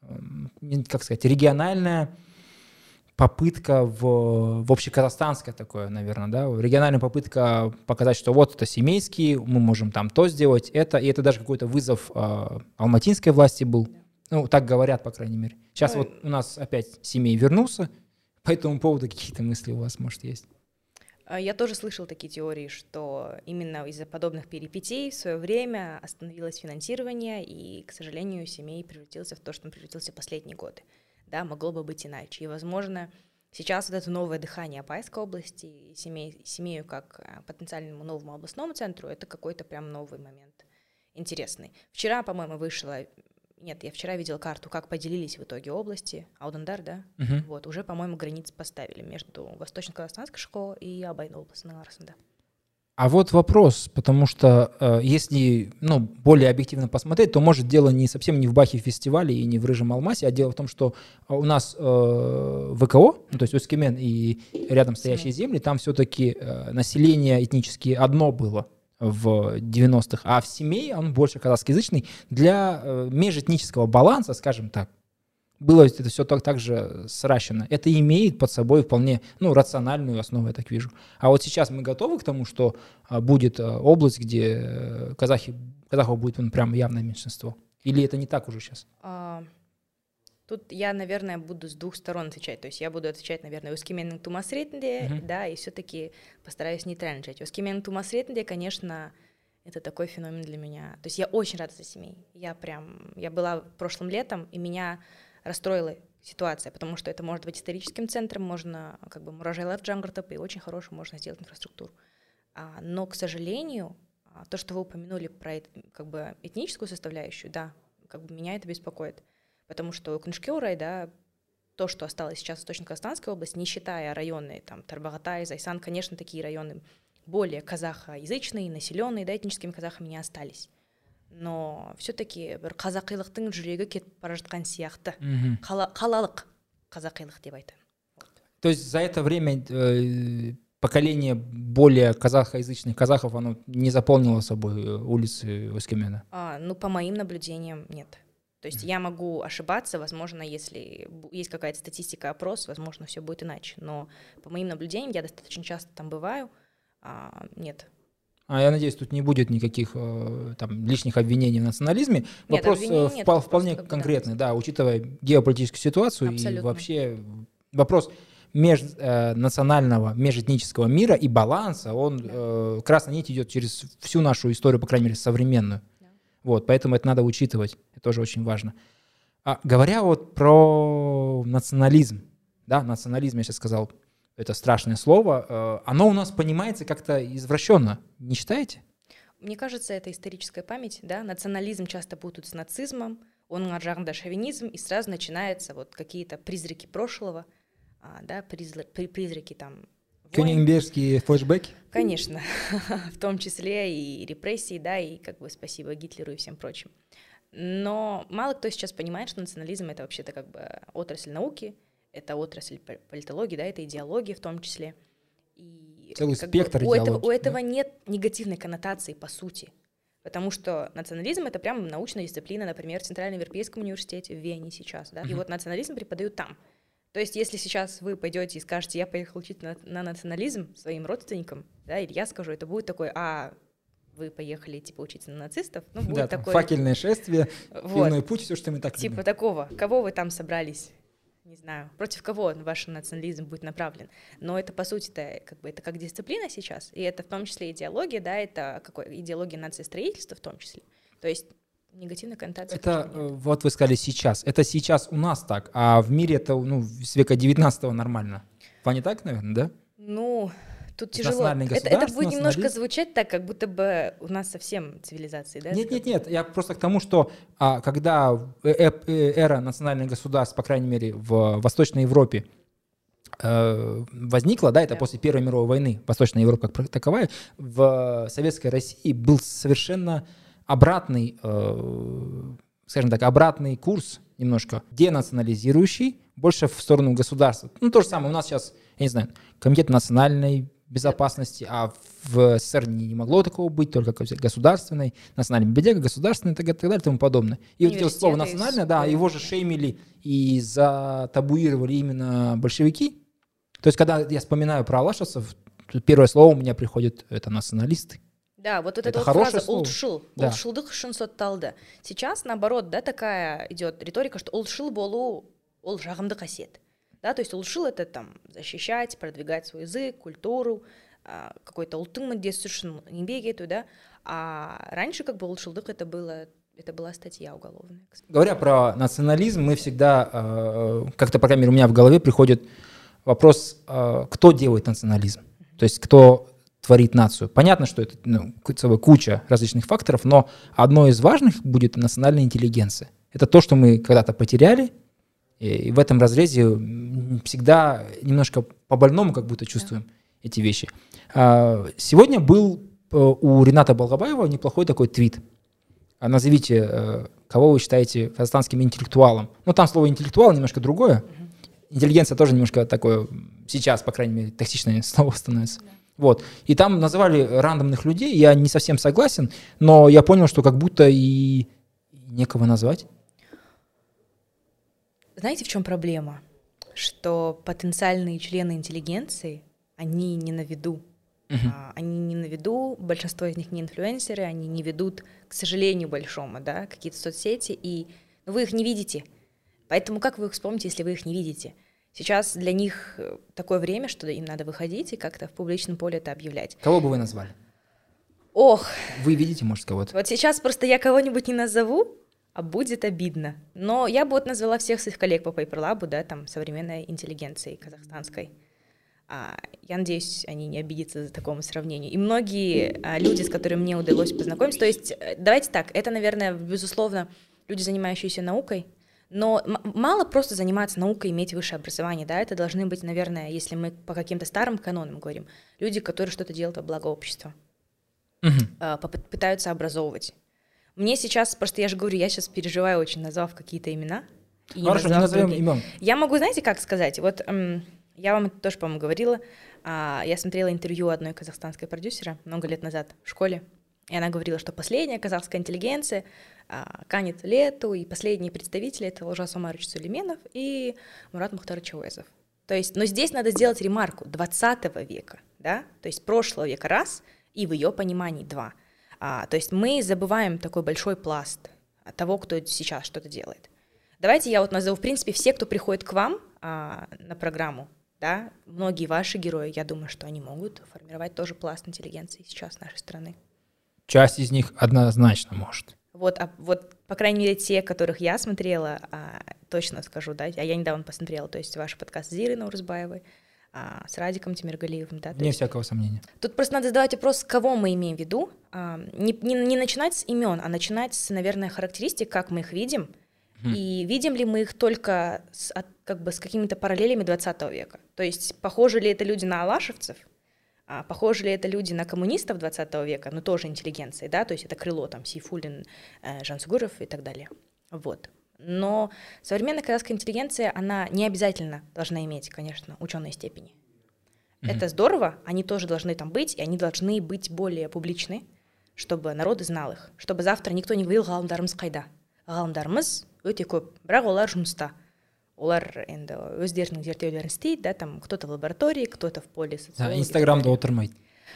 э, как сказать, региональная попытка в, в общеказахстанское такое, наверное, да, региональная попытка показать, что вот это семейский, мы можем там то сделать, это, и это даже какой-то вызов э, алматинской власти был. Ну, так говорят, по крайней мере. Сейчас ну, вот у нас опять семей вернулся, по этому поводу какие-то мысли у вас, может, есть? Я тоже слышала такие теории, что именно из-за подобных перипетий в свое время остановилось финансирование, и, к сожалению, семей превратился в то, что он превратился в последние годы. Да, могло бы быть иначе. И, возможно, сейчас вот это новое дыхание Абайской области, семей, семею как потенциальному новому областному центру, это какой-то прям новый момент интересный. Вчера, по-моему, вышла... Нет, я вчера видела карту, как поделились в итоге области. Аудандар, да? Uh-huh. Вот, уже, по-моему, границы поставили между Восточно-Казахстанской школой и Абайной областью Арасында. А вот вопрос, потому что э, если ну, более объективно посмотреть, то, может, дело не совсем не в Бахе фестивале и не в Рыжем алмазе, а дело в том, что у нас э, ВКО, ну, то есть Өскемен и рядом стоящие земли, там все-таки э, население этнически одно было в девяностых, а в Семей он больше казахскоязычный для э, межэтнического баланса, скажем так. Было это все так, так же сращено. Это имеет под собой вполне ну, рациональную основу, я так вижу. А вот сейчас мы готовы к тому, что а, будет а, область, где казахи, казахов будет ну, прям явное меньшинство? Или это не так уже сейчас? А, тут я, наверное, буду с двух сторон отвечать. То есть я буду отвечать, наверное, Өскеменнің тумасы ретінде, uh-huh. да, и все-таки постараюсь нейтрально отвечать. Өскеменнің тумасы ретінде, конечно, это такой феномен для меня. То есть я очень рада за семей. Я прям, я была прошлым летом, и меня расстроила ситуация, потому что это может быть историческим центром, можно как бы муражайлар жаңғыртып, и очень хорошую можно сделать инфраструктуру. А, но, к сожалению, то, что вы упомянули про как бы этническую составляющую, да, как бы меня это беспокоит, потому что Өкінішке орай, да, то, что осталось сейчас в Восточно-Казахстанской области, не считая районы, там, Тарбағатай, Зайсан, конечно, такие районы более казахоязычные, населенные, да, этническими казахами не остались. Но все-таки бір қазақилықтың жүрегі кетіп бара жатқан сияқты. Қалалық қазақилық деп айтамын. То есть за это время э, поколение более казахоязычных казахов, оно не заполнило собой улицы Өскемена? А, ну, по моим наблюдениям, нет. То есть я могу ошибаться, возможно, если есть какая-то статистика, опрос, возможно, все будет иначе. Но по моим наблюдениям, я достаточно часто там бываю, а, нет. А я надеюсь, тут не будет никаких э, там, лишних обвинений в национализме. Нет, Вопрос обвинений нет, впол- вполне просто, конкретный, да, учитывая геополитическую ситуацию. Абсолютно. И вообще вопрос межнационального, межэтнического мира и баланса, он, да. э, красная нить идет через всю нашу историю, по крайней мере, современную. Да. Вот, поэтому это надо учитывать, это тоже очень важно. А, говоря вот про национализм, да, национализм, я сейчас сказал, это страшное слово, э, оно у нас понимается как-то извращенно, не считаете? Мне кажется, это историческая память, да, национализм часто путают с нацизмом, он на шовинизм, и сразу начинаются вот какие-то призраки прошлого, а, да, призра- призраки там... Кёнигсбергские флешбеки? Конечно, в том числе и репрессии, да, и как бы спасибо Гитлеру и всем прочим. Но мало кто сейчас понимает, что национализм — это вообще-то как бы отрасль науки, это отрасль политологии, да, это идеология в том числе. И целый как спектр бы у идеологии. этого, у этого да? нет негативной коннотации по сути. Потому что национализм — это прям научная дисциплина, например, в Центральноевропейском университете в Вене сейчас, да, uh-huh. и вот национализм преподают там. То есть если сейчас вы пойдете и скажете, я поехал учить на, на национализм своим родственникам, да, или я скажу, это будет такой, а вы поехали, типа, учиться на нацистов, ну, будет да, такой... факельное шествие, вот. Пивной путь, все, что мы так Типа любим. такого, кого вы там собрались? Не знаю, против кого ваш национализм будет направлен. Но это, по сути-то, как бы, это как дисциплина сейчас, и это в том числе идеология, да, это какой, идеология нациостроительства в том числе. То есть негативная коннотация. Это, вот вы сказали сейчас, это сейчас у нас так, а в мире это, ну, с века девятнадцатого нормально. Вам не так, наверное, да? Ну, тут тяжело. Это, это будет немножко звучать так, как будто бы у нас совсем цивилизации, да? Нет, нет, нет, я просто к тому, что а, когда эра национальных государств, по крайней мере, в Восточной Европе э, возникла, да, это да. после Первой мировой войны, Восточная Европа как таковая, в Советской России был совершенно обратный, э, скажем так, обратный курс немножко, денационализирующий, больше в сторону государства. Ну, то же самое у нас сейчас, я не знаю, Комитет национальной безопасности, а в СССР не, не могло такого быть, только государственной, национальной библиотека, государственной и так, так далее и тому подобное. И вот это слово «национальное», да, его же шеймили и затабуировали именно большевики. То есть, когда я вспоминаю про алашевцев, первое слово у меня приходит — это националисты. Да, вот, вот эта вот фраза «олдшил», «олдшилдық үшін сотталды». Сейчас, наоборот, да, такая идет риторика, что «олдшил болу ол жағымды қасиет». Да, то есть олдшил — это там защищать, продвигать свой язык, культуру, какой-то ұлттың мүддесі үшін еңбек ету, да. А раньше как бы олдшилдық это было, это была статья уголовная. Говоря про национализм, мы всегда, как-то, по крайней мере, у меня в голове приходит вопрос, кто делает национализм, то есть кто творит нацию. Понятно, что это, ну, целая куча различных факторов, но одной из важных будет национальная интеллигенция. Это то, что мы когда-то потеряли, и в этом разрезе всегда немножко по-больному как будто чувствуем да. эти вещи. Сегодня был у Рената Балгабаева неплохой такой твит. Назовите, кого вы считаете казахстанским интеллектуалом. Ну, там слово «интеллектуал» немножко другое. Интеллигенция тоже немножко такое, сейчас, по крайней мере, токсичное слово становится. Да. Вот. И там называли рандомных людей, я не совсем согласен, но я понял, что как будто и некого назвать. Знаете, в чем проблема? Что потенциальные члены интеллигенции, они не на виду. Uh-huh. А, они не на виду, большинство из них не инфлюенсеры, они не ведут, к сожалению, большому, да, какие-то соцсети, и ну, вы их не видите. Поэтому как вы их вспомните, если вы их не видите? Сейчас для них такое время, что им надо выходить и как-то в публичном поле это объявлять. Кого бы вы назвали? Ох! Вы видите, может, кого-то? Вот сейчас просто я кого-нибудь не назову, а будет обидно. Но я бы вот назвала всех своих коллег по Paper Lab, да, там, современной интеллигенции казахстанской. А, я надеюсь, они не обидятся за такому сравнению. И многие а, люди, с которыми мне удалось познакомиться, то есть, давайте так, это, наверное, безусловно, люди, занимающиеся наукой, но м- мало просто заниматься наукой, иметь высшее образование, да, это должны быть, наверное, если мы по каким-то старым канонам говорим, люди, которые что-то делают во благо общества, uh-huh. а, пытаются образовывать. Мне сейчас, просто я же говорю, я сейчас переживаю очень, назвав какие-то имена. И Хорошо, не назовем имен. Я могу, знаете, как сказать? Вот эм, я вам это тоже, по-моему, говорила. А, я смотрела интервью одной казахстанской продюсера много лет назад в школе. И она говорила, что последняя казахская интеллигенция Канит Лету, и последние представители — это Олжас Омарович Сулейменов и Мурат Мухтарович Ауэзов. То есть, но здесь надо сделать ремарку двадцатого века, да, то есть прошлого века раз, и в ее понимании два. А, то есть мы забываем такой большой пласт того, кто сейчас что-то делает. Давайте я вот назову, в принципе, все, кто приходит к вам а, на программу, да, многие ваши герои, я думаю, что они могут формировать тоже пласт интеллигенции сейчас нашей страны. Часть из них однозначно может. Вот, а, вот, по крайней мере, те, которых я смотрела, а, точно скажу, да, а я недавно посмотрела, то есть ваш подкаст с Зирой Наурызбаевой, а, с Радиком Тимиргалиевым. Да, Вне есть, всякого сомнения. Тут просто надо задавать вопрос, кого мы имеем в виду. А, не, не, не начинать с имен, а начинать с, наверное, характеристик, как мы их видим, mm. и видим ли мы их только с, от, как бы с какими-то параллелями двадцатого века. То есть похожи ли это люди на алашевцев, а, похожи ли это люди на коммунистов двадцатого века, но тоже интеллигенции, да, то есть это крыло, там, Сейфуллин, э, Жансугуров и так далее. Вот. Но современная казахская интеллигенция, она не обязательно должна иметь, конечно, ученые степени. Mm-hmm. Это здорово, они тоже должны там быть, и они должны быть более публичны, чтобы народ знал их, чтобы завтра никто не говорил «ғалымдарымыз қайда». Ғалымдарымыз өте көп, бірақ олар жұмыста. Олар енді өздерінің зерттеулерін істейді, да, там кто-то в лаборатории, кто-то в поле социологии. Да, Инстаграмда отырмайды.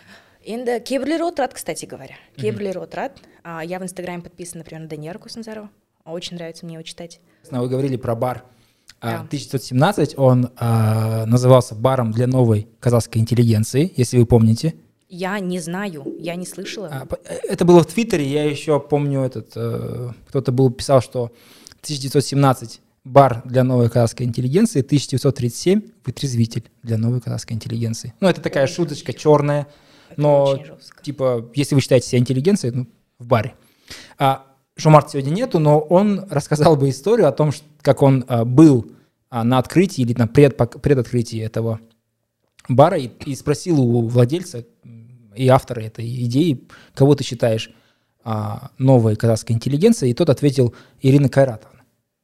Енді кейбіреулері отырады, кстати говоря. Кейбіреулері отырады. А, я в Инстаграме подписана, например, на Данияру Кусназарова. Очень нравится мне его читать. Вы говорили про бар. Да. тысяча девятьсот семнадцать, он а, назывался баром для новой казахской интеллигенции, если вы помните. Я не знаю, я не слышала. А, это было в Твиттере, я еще помню, этот, э, кто-то был, писал, что тысяча девятьсот семнадцать бар для новой казахской интеллигенции, тысяча девятьсот тридцать семь вытрезвитель для новой казахской интеллигенции. Ну, это такая очень шуточка жестко. Черная, это но типа, если вы считаете себя интеллигенцией, ну, в баре. А, Жомарта сегодня нету, но он рассказал бы историю о том, как он а, был а, на открытии или на пред, предоткрытии этого бара и, и спросил у владельца и автора этой идеи, кого ты считаешь а, новой казахской интеллигенцией, и тот ответил: Ирина Кайратовна.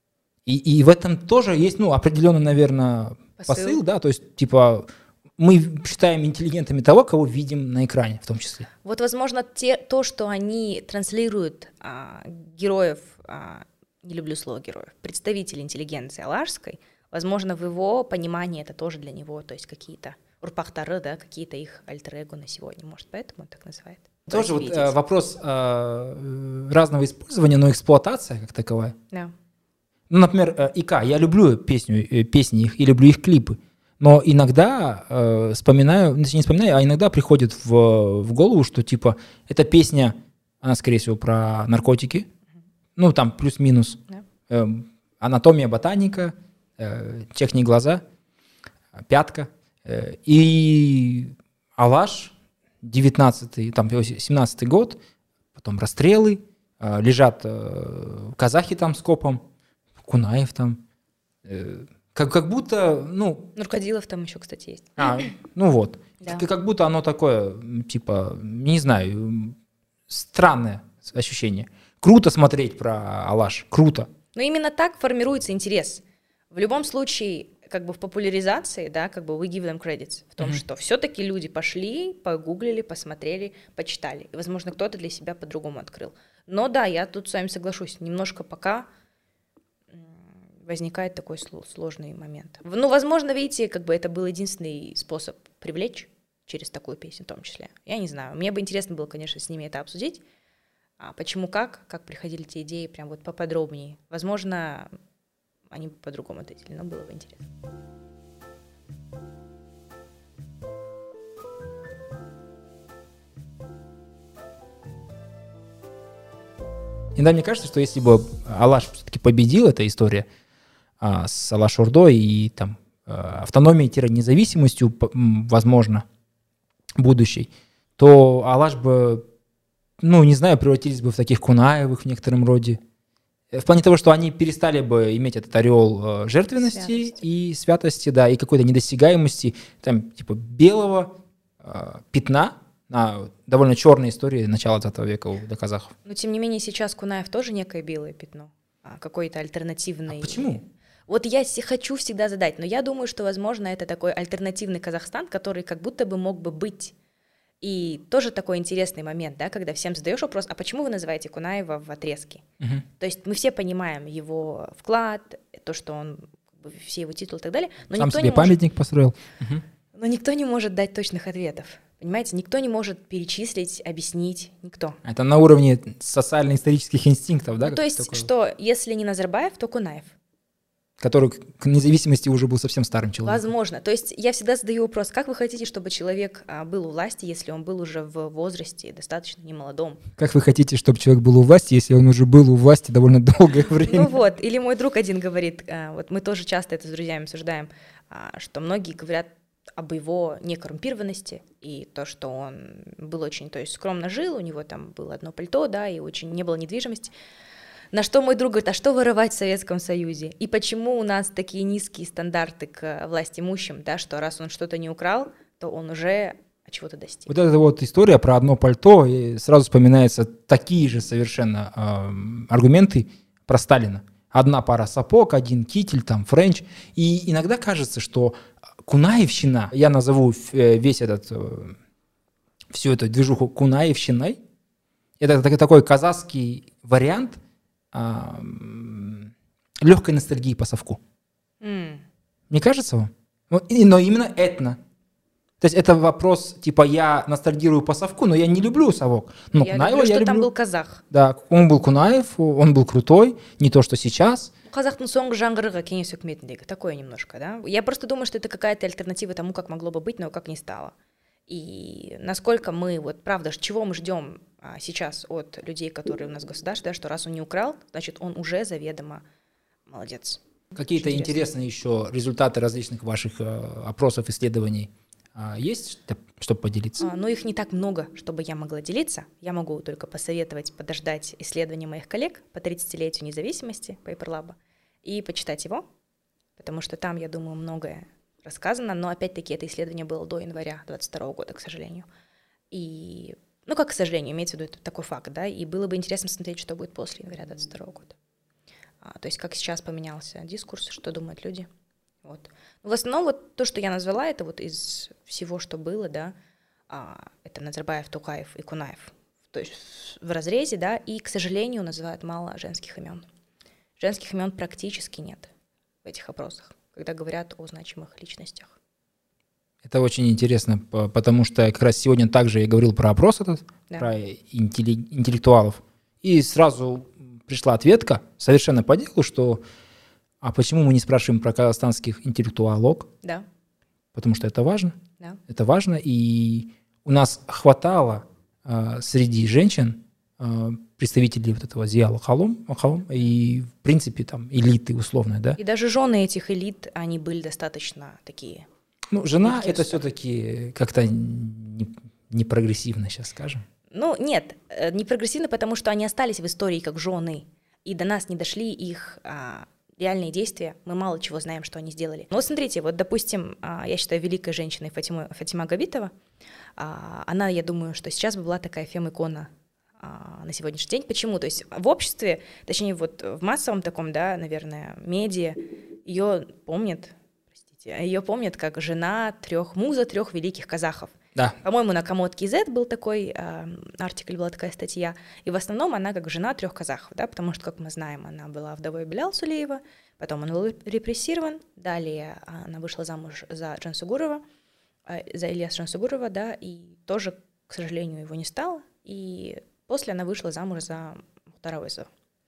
И, и в этом тоже есть, ну, определенный, наверное, посыл. посыл, да, то есть, типа, мы считаем интеллигентами того, кого видим на экране в том числе. Вот, возможно, те, то, что они транслируют а, героев, а, не люблю слово героев, представителей интеллигенции алашской, возможно, в его понимании это тоже для него, то есть какие-то урпахтары, да, какие-то их альтер-эго на сегодня, может, поэтому он так называет. Тоже вот, э, вопрос э, разного использования, но эксплуатация как таковая. Да. Ну, например, э, ИК, я люблю песню, э, песни их и люблю их клипы. Но иногда э, вспоминаю, точнее не вспоминаю, а иногда приходит в, в голову, что типа эта песня, она, скорее всего, про наркотики, mm-hmm. ну там плюс-минус, yeah. э, анатомия, ботаника, э, техни глаза, пятка, э, и Алаш, девятнадцатый, там семнадцатый год, потом расстрелы, э, лежат э, казахи там с копом, Кунаев там, э, Как, как будто, ну... Нуркадилов там еще, кстати, есть. А, ну вот. Да. Как, как будто оно такое, типа, не знаю, странное ощущение. Круто смотреть про Алаш, круто. Но именно так формируется интерес. В любом случае, как бы в популяризации, да, как бы we give them credits, в том, mm-hmm. что все-таки люди пошли, погуглили, посмотрели, почитали. И, возможно, кто-то для себя по-другому открыл. Но да, я тут с вами соглашусь, немножко пока... возникает такой сложный момент. Ну, возможно, видите, как бы это был единственный способ привлечь через такую песню в том числе. Я не знаю. Мне бы интересно было, конечно, с ними это обсудить. А почему, как, как приходили те идеи, прям вот поподробнее. Возможно, они бы по-другому ответили, но было бы интересно. Иногда мне кажется, что если бы Алаш все-таки победил, эта история, с Алаш-Ордой и там автономией-независимостью, возможно, будущей, то Алаш бы, ну, не знаю, превратились бы в таких Кунаевых в некотором роде. В плане того, что они перестали бы иметь этот орел жертвенности святости. и святости, да, и какой-то недосягаемости, там, типа, белого э, пятна на довольно черной истории начала двадцатого века у казахов. Но, тем не менее, сейчас Кунаев тоже некое белое пятно, какой-то альтернативный... А почему? Вот я хочу всегда задать, но я думаю, что, возможно, это такой альтернативный Казахстан, который как будто бы мог бы быть И тоже такой интересный момент, да, когда всем задаешь вопрос, а почему вы называете Кунаева в отрезке? Угу. То есть мы все понимаем его вклад, то, что он, как бы, все его титулы и так далее, но Сам никто себе не может, памятник построил. Угу. но никто не может дать точных ответов. Понимаете, никто не может перечислить, объяснить, никто. Это на уровне социально-исторических инстинктов, да? Ну, то есть, такое? что если не Назарбаев, то Кунаев. Который к независимости уже был совсем старым человеком. Возможно. То есть я всегда задаю вопрос, как вы хотите, чтобы человек а, был у власти, если он был уже в возрасте достаточно немолодом? Как вы хотите, чтобы человек был у власти, если он уже был у власти довольно долгое время? Ну вот, или мой друг один говорит, а, вот мы тоже часто это с друзьями обсуждаем, а, что многие говорят об его некоррумпированности и то, что он был очень, то есть скромно жил, у него там было одно пальто, да, и очень не было недвижимости. На что мой друг говорит, а что воровать в Советском Союзе? И почему у нас такие низкие стандарты к властимущим, да, что раз он что-то не украл, то он уже чего-то достиг. Вот эта вот история про одно пальто, и сразу вспоминаются такие же совершенно э, аргументы про Сталина. Одна пара сапог, один китель, там, френч. И иногда кажется, что кунаевщина, я назову весь этот, э, всю эту движуху кунаевщиной, это такой казахский вариант А, легкой ностальгии по совку. Mm. Не кажется вам? Но, но именно этно. То есть это вопрос, типа, я ностальгирую по совку, но я не люблю совок. Но я Кунаева люблю, что я там люблю. был казах. Да, он был Кунаев, он был крутой, не то, что сейчас. Қазақтың соңғы жаңғырығы кеңес үкіметіндегі, такое немножко, да? Я просто думаю, что это какая-то альтернатива тому, как могло бы быть, но как не стало. И насколько мы, вот правда, чего мы ждем а, сейчас от людей, которые у нас в государстве, да, что раз он не украл, значит, он уже заведомо молодец. Какие-то интересные еще результаты различных ваших э, опросов, исследований а, есть, чтобы поделиться? А, но их не так много, чтобы я могла делиться. Я могу только посоветовать подождать исследования моих коллег по тридцатилетию независимости Paper Lab и почитать его, потому что там, я думаю, многое рассказано, но опять-таки это исследование было до января двадцать второго года, к сожалению. И, ну как к сожалению, имеется в виду, это такой факт, да, и было бы интересно смотреть, что будет после января двадцать второго года. А, то есть как сейчас поменялся дискурс, что думают люди. Вот. Но в основном вот то, что я назвала, это вот из всего, что было, да, а, это Назарбаев, Токаев и Кунаев. То есть в разрезе, да, и, к сожалению, называют мало женских имен. Женских имен практически нет в этих опросах, когда говорят о значимых личностях. Это очень интересно, потому что как раз сегодня также я говорил про опрос этот, да. про интеллектуалов, и сразу пришла ответка совершенно по делу, что а почему мы не спрашиваем про казахстанских интеллектуалок? Да. Потому что это важно. Да. Это важно, и у нас хватало э, среди женщин э, представителей вот этого зияла халом, халом, и в принципе там элиты условно, да. И даже жены этих элит, они были достаточно такие. Ну, жена это все-таки как-то не, не прогрессивно, сейчас скажем. Ну, нет, не прогрессивно, потому что они остались в истории как жены, и до нас не дошли их а, реальные действия, мы мало чего знаем, что они сделали. Ну, вот смотрите, вот, допустим, а, я считаю великой женщиной Фатима, Фатима Габитова, а, она, я думаю, что сейчас бы была такая фем-икона а, на сегодняшний день. Почему? То есть в обществе, точнее, вот в массовом таком, да, наверное, медиа, ее помнят, простите, ее помнят как жена трех, муза трех великих казахов. Да. По-моему, на Комод Кз был такой э, артикль, была такая статья. И в основном она как жена трех казахов, да, потому что, как мы знаем, она была вдовой Белял Сулеева, потом он был репрессирован, далее она вышла замуж за Джансугурова, э, за Ильяса Джансугурова, да, и тоже, к сожалению, его не стало. И после она вышла замуж за Мухтара Әуезова.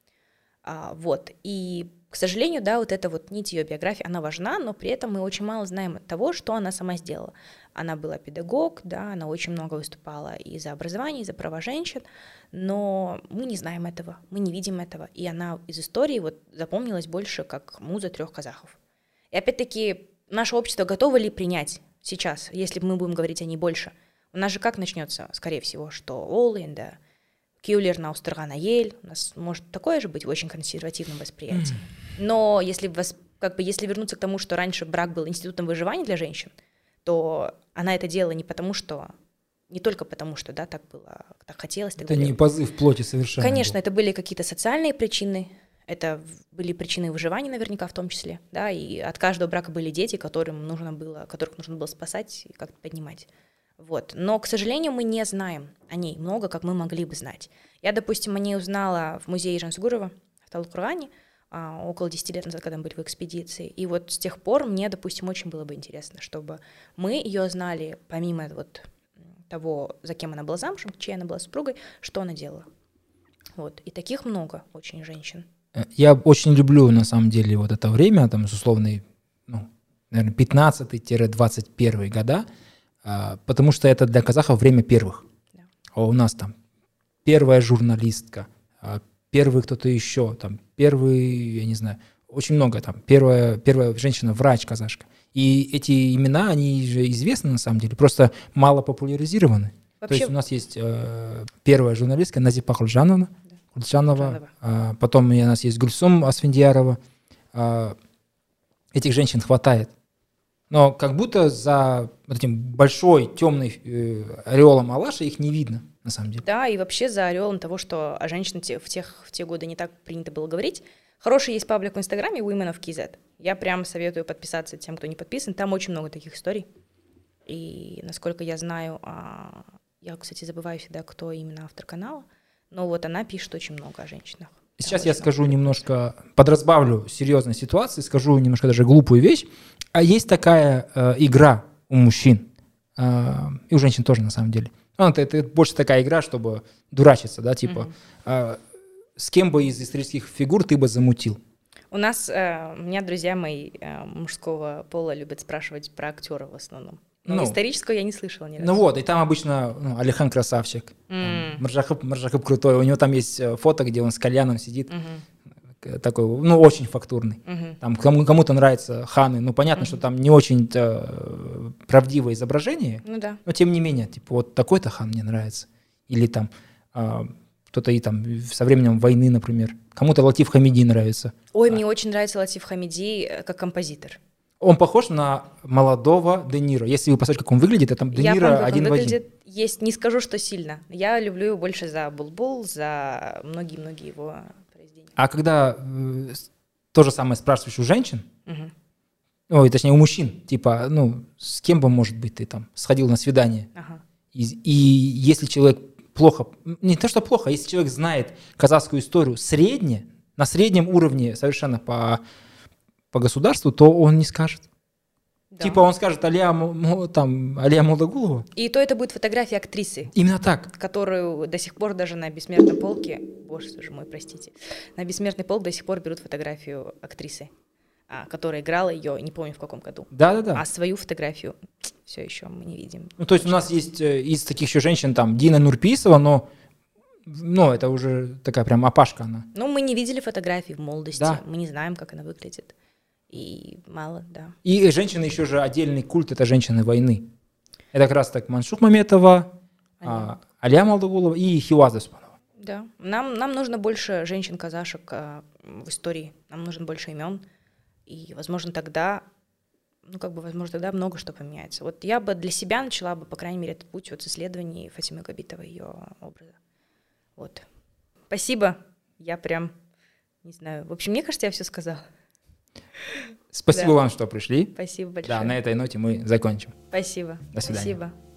А, вот, и, к сожалению, да, вот эта вот нить ее биографии, она важна, но при этом мы очень мало знаем того, что она сама сделала. Она была педагог, да, она очень много выступала и за образование, и за права женщин, но мы не знаем этого, мы не видим этого, и она из истории вот запомнилась больше как муза трех казахов. И опять-таки, наше общество готово ли принять сейчас, если мы будем говорить о ней больше? У нас же как начнется, скорее всего, что ол енді күйеулерін ауыстырған әйел, у нас может такое же быть в очень консервативном восприятии. Но если, вас, как бы, если вернуться к тому, что раньше брак был институтом выживания для женщин, то она это делала не потому, что, не только потому, что, да, так было, так хотелось. Так это далее. Не позыв плоти совершенно. Конечно, был. Это были какие-то социальные причины, это были причины выживания наверняка в том числе, да, и от каждого брака были дети, которым нужно было, которых нужно было спасать и как-то поднимать. Вот. Но, к сожалению, мы не знаем о ней много, как мы могли бы знать. Я, допустим, о ней узнала в музее Жансугурова в Талдыкургане около десяти лет назад, когда мы были в экспедиции. И вот с тех пор мне, допустим, очень было бы интересно, чтобы мы ее знали, помимо вот того, за кем она была замужем, чьей она была супругой, что она делала. Вот. И таких много очень женщин. Я очень люблю, на самом деле, вот это время, там, с условной, ну, наверное, пятнадцатый-двадцать первый года, потому что это для казахов время первых. Да. А у нас там первая журналистка, первый кто-то еще, там, первый, я не знаю, очень много, там, первая, первая женщина-врач казашка. И эти имена, они же известны на самом деле, просто мало популяризированы. Вообще... То есть у нас есть э, первая журналистка Назипа Кульджановна, да. Кульджанова, а, потом у нас есть Гульсум Асфендиярова. А, этих женщин хватает. Но как будто за вот этим большой темный э, ореолом Алаша их не видно, на самом деле. Да, и вообще за ореолом того, что о женщинах в, тех, в те годы не так принято было говорить. Хороший есть паблик в Инстаграме Women of кей зет. Я прям советую подписаться тем, кто не подписан. Там очень много таких историй. И насколько я знаю, а, я, кстати, забываю всегда, кто именно автор канала, но вот она пишет очень много о женщинах. Сейчас я скажу немножко, подразбавлю серьезной ситуации, скажу немножко даже глупую вещь. А есть такая э, игра у мужчин, э, и у женщин тоже на самом деле. Ну, это, это больше такая игра, чтобы дурачиться, да, типа, mm-hmm. э, с кем бы из исторических фигур ты бы замутил? У нас, э, у меня друзья мои э, мужского пола любят спрашивать про актера в основном. Но ну, исторического я не слышала ни разу. Ну вот, и там обычно ну, Алихан красавчик, mm. Маржахып, Маржахып крутой. У него там есть фото, где он с кальяном сидит, mm-hmm. такой, ну, очень фактурный. Mm-hmm. Там кому- кому-то нравятся ханы, ну, понятно, mm-hmm. что там не очень правдивое изображение, ну, да. но тем не менее, типа, вот такой-то хан мне нравится. Или там а, кто-то и там со временем войны, например. Кому-то Латиф Хамиди нравится. Ой, а. мне очень нравится Латиф Хамиди как композитор. Он похож на молодого Де Ниро. Если вы посмотрите, как он выглядит, это Де Ниро помню, один в один. Есть, не скажу, что сильно. Я люблю его больше за Булбул, за многие-многие его произведения. А когда э, то же самое спрашиваешь у женщин, угу. ой, точнее у мужчин, типа, ну, с кем бы, может быть, ты там сходил на свидание, ага. и, и если человек плохо, не то, что плохо, а если человек знает казахскую историю средне, на среднем уровне совершенно по... по государству, то он не скажет. Да. Типа он скажет Алия, там, Алия Молдагулова. И то это будет фотография актрисы. Именно так. Которую до сих пор даже на бессмертном полке, боже мой, простите, на бессмертный полк до сих пор берут фотографию актрисы, которая играла ее, не помню в каком году. Да-да-да. А свою фотографию все еще мы не видим. Ну, то есть у нас есть из таких еще женщин, там, Дина Нурписова, но ну, это уже такая прям опашка она. Ну, мы не видели фотографии в молодости, да. Мы не знаем, как она выглядит. И мало, да. И женщины еще же отдельный культ, это женщины войны. Это как раз так Маншук Маметова, а, Алия Молдагулова и Хиуаз Доспанова. Да, нам, нам нужно больше женщин-казашек а, в истории, нам нужно больше имен, и, возможно, тогда, ну, как бы, возможно, тогда много что поменяется. Вот я бы для себя начала бы, по крайней мере, этот путь вот с исследований Фатимы Габитовой, ее образа. Вот. Спасибо, я прям, не знаю, в общем, мне кажется, я все сказала. Спасибо да. вам, что пришли. Спасибо большое. Да, на этой ноте мы закончим. Спасибо. До свидания. Спасибо.